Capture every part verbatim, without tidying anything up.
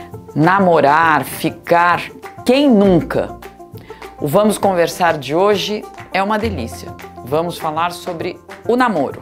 namorar, ficar, quem nunca? O Vamos Conversar de hoje é uma delícia. Vamos falar sobre o namoro.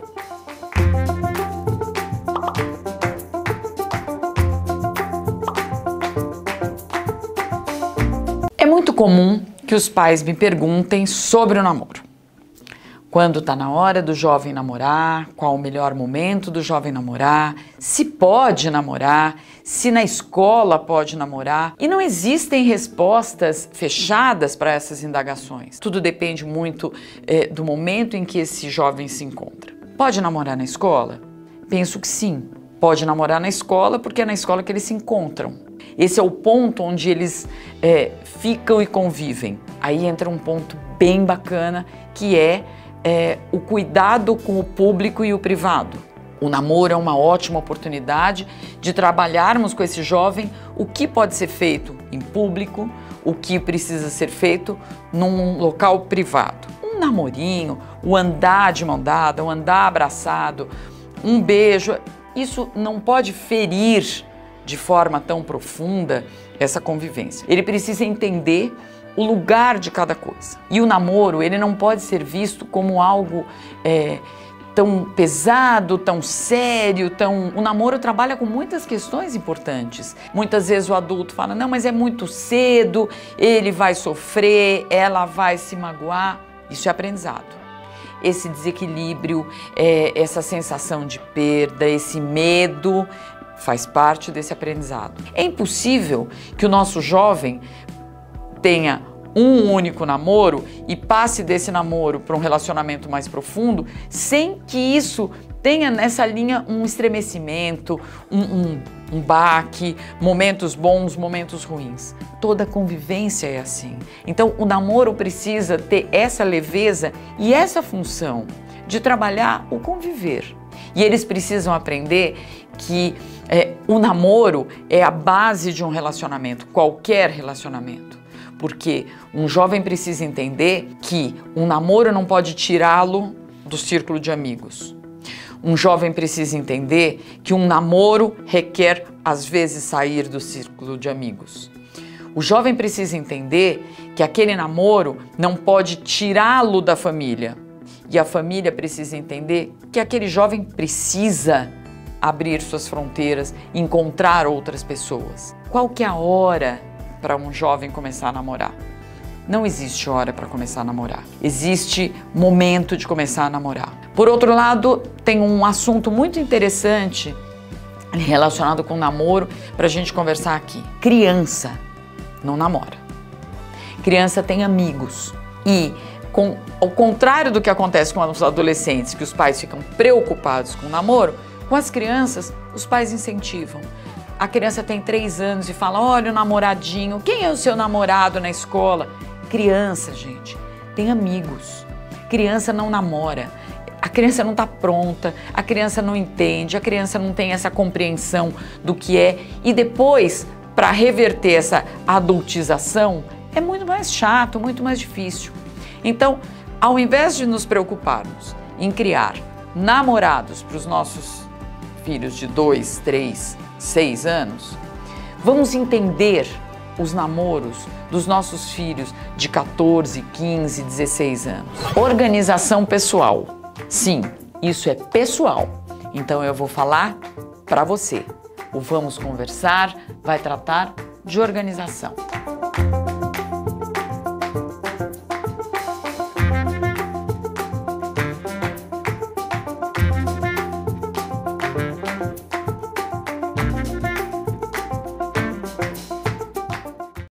É muito comum que os pais me perguntem sobre o namoro. Quando está na hora do jovem namorar, qual o melhor momento do jovem namorar, se pode namorar, se na escola pode namorar. E não existem respostas fechadas para essas indagações. Tudo depende muito é, do momento em que esse jovem se encontra. Pode namorar na escola? Penso que sim. Pode namorar na escola porque é na escola que eles se encontram. Esse é o ponto onde eles é, ficam e convivem. Aí entra um ponto bem bacana que é É, o cuidado com o público e o privado. O namoro é uma ótima oportunidade de trabalharmos com esse jovem o que pode ser feito em público, o que precisa ser feito num local privado. Um namorinho, o andar de mão dada, o andar abraçado, um beijo, isso não pode ferir de forma tão profunda essa convivência. Ele precisa entender o lugar de cada coisa. E o namoro, ele não pode ser visto como algo é, tão pesado, tão sério, tão... O namoro trabalha com muitas questões importantes. Muitas vezes o adulto fala, não, mas é muito cedo, ele vai sofrer, ela vai se magoar. Isso é aprendizado. Esse desequilíbrio, é, essa sensação de perda, esse medo, faz parte desse aprendizado. É impossível que o nosso jovem tenha um único namoro e passe desse namoro para um relacionamento mais profundo sem que isso tenha nessa linha um estremecimento, um, um, um baque, momentos bons, momentos ruins. Toda convivência é assim. Então o namoro precisa ter essa leveza e essa função de trabalhar o conviver. E eles precisam aprender que é, o namoro é a base de um relacionamento, qualquer relacionamento. Porque um jovem precisa entender que um namoro não pode tirá-lo do círculo de amigos. Um jovem precisa entender que um namoro requer, às vezes, sair do círculo de amigos. O jovem precisa entender que aquele namoro não pode tirá-lo da família. E a família precisa entender que aquele jovem precisa abrir suas fronteiras, encontrar outras pessoas. Qual que é a hora para um jovem começar a namorar? Não existe hora para começar a namorar. Existe momento de começar a namorar. Por outro lado, tem um assunto muito interessante relacionado com namoro para a gente conversar aqui. Criança não namora. Criança tem amigos. E, com, ao contrário do que acontece com os adolescentes, que os pais ficam preocupados com o namoro, com as crianças, os pais incentivam. A criança tem três anos e fala, olha o namoradinho, quem é o seu namorado na escola? Criança, gente, tem amigos. Criança não namora. A criança não está pronta, a criança não entende, a criança não tem essa compreensão do que é. E depois, para reverter essa adultização, é muito mais chato, muito mais difícil. Então, ao invés de nos preocuparmos em criar namorados para os nossos filhos de dois, três, seis anos, vamos entender os namoros dos nossos filhos de quatorze, quinze, dezesseis anos. Organização pessoal. Sim, isso é pessoal. Então eu vou falar para você. O Vamos Conversar vai tratar de organização.